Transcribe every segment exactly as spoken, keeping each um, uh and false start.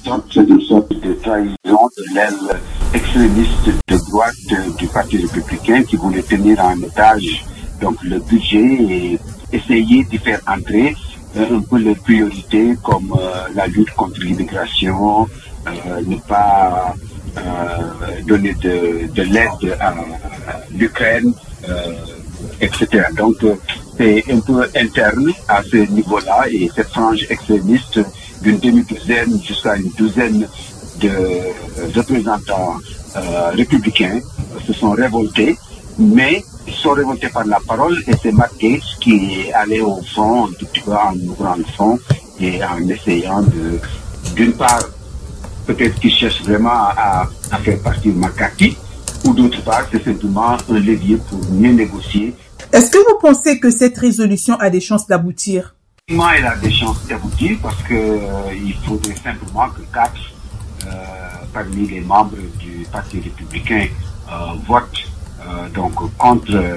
sorte, c'est une sorte de trahison de l'aile extrémiste de droite du Parti républicain qui voulait tenir en otage donc le budget et essayer d'y faire entrer euh, un peu les priorités comme euh, la lutte contre l'immigration, euh, ne pas euh, donner de, de l'aide à, à l'Ukraine, euh, et cetera. Donc c'est un peu interne à ce niveau-là et cette frange extrémiste d'une demi-douzaine jusqu'à une douzaine de représentants euh, républicains se sont révoltés, mais ils sont révoltés par la parole et c'est Matt Gaetz qui est allé au front, un tout petit peu en ouvrant le front et en essayant de, d'une part, peut-être qu'ils cherchent vraiment à, à faire partir McCarthy, ou d'autre part, c'est simplement un levier pour mieux négocier. Est-ce que vous pensez que cette résolution a des chances d'aboutir? Elle a des chances d'aboutir parce qu'il euh, faudrait simplement que quatre euh, parmi les membres du Parti républicain euh, votent euh, donc contre, euh,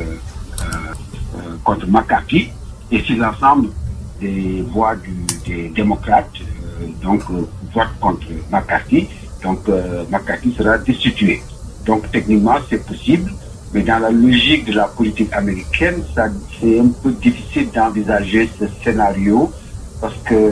euh, contre McCarthy et si l'ensemble des voix du, des démocrates euh, donc euh, votent contre McCarthy, donc euh, McCarthy sera destitué. Donc techniquement c'est possible. Mais dans la logique de la politique américaine, ça, c'est un peu difficile d'envisager ce scénario parce que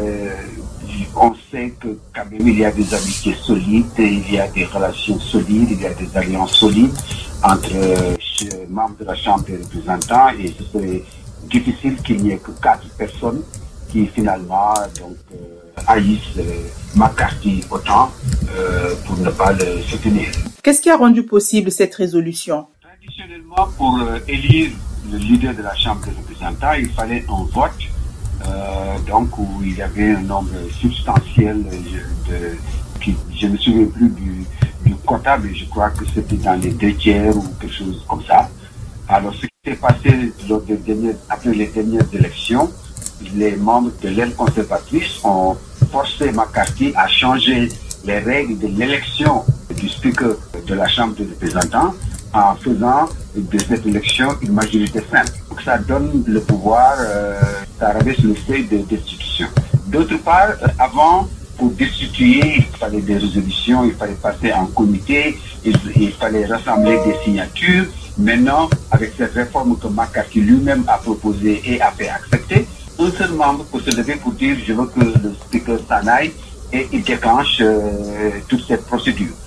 on sait que quand même il y a des amitiés solides, il y a des relations solides, il y a des alliances solides entre les membres de la Chambre des représentants et ce serait difficile qu'il n'y ait que quatre personnes qui finalement donc euh, haïssent euh, McCarthy autant euh, pour ne pas le soutenir. Qu'est-ce qui a rendu possible cette résolution? Traditionnellement, pour euh, élire le leader de la Chambre des représentants, il fallait un vote, euh, donc où il y avait un nombre substantiel de, de qui, je ne me souviens plus du, du quota, mais je crois que c'était dans les deux tiers ou quelque chose comme ça. Alors, ce qui s'est passé lors des dernières, après les dernières élections, les membres de l'aile conservatrice ont forcé McCarthy à changer les règles de l'élection du speaker de la Chambre des représentants en faisant de cette élection une majorité simple. Donc ça donne le pouvoir, euh, ça rabaisse le seuil de destitution. D'autre part, euh, avant, pour destituer, il fallait des résolutions, il fallait passer en comité, il, il fallait rassembler des signatures. Maintenant, avec cette réforme que McCarthy lui-même a proposée et a fait accepter, un seul membre peut se lever pour dire « je veux que le speaker s'en aille » et il déclenche euh, toute cette procédure.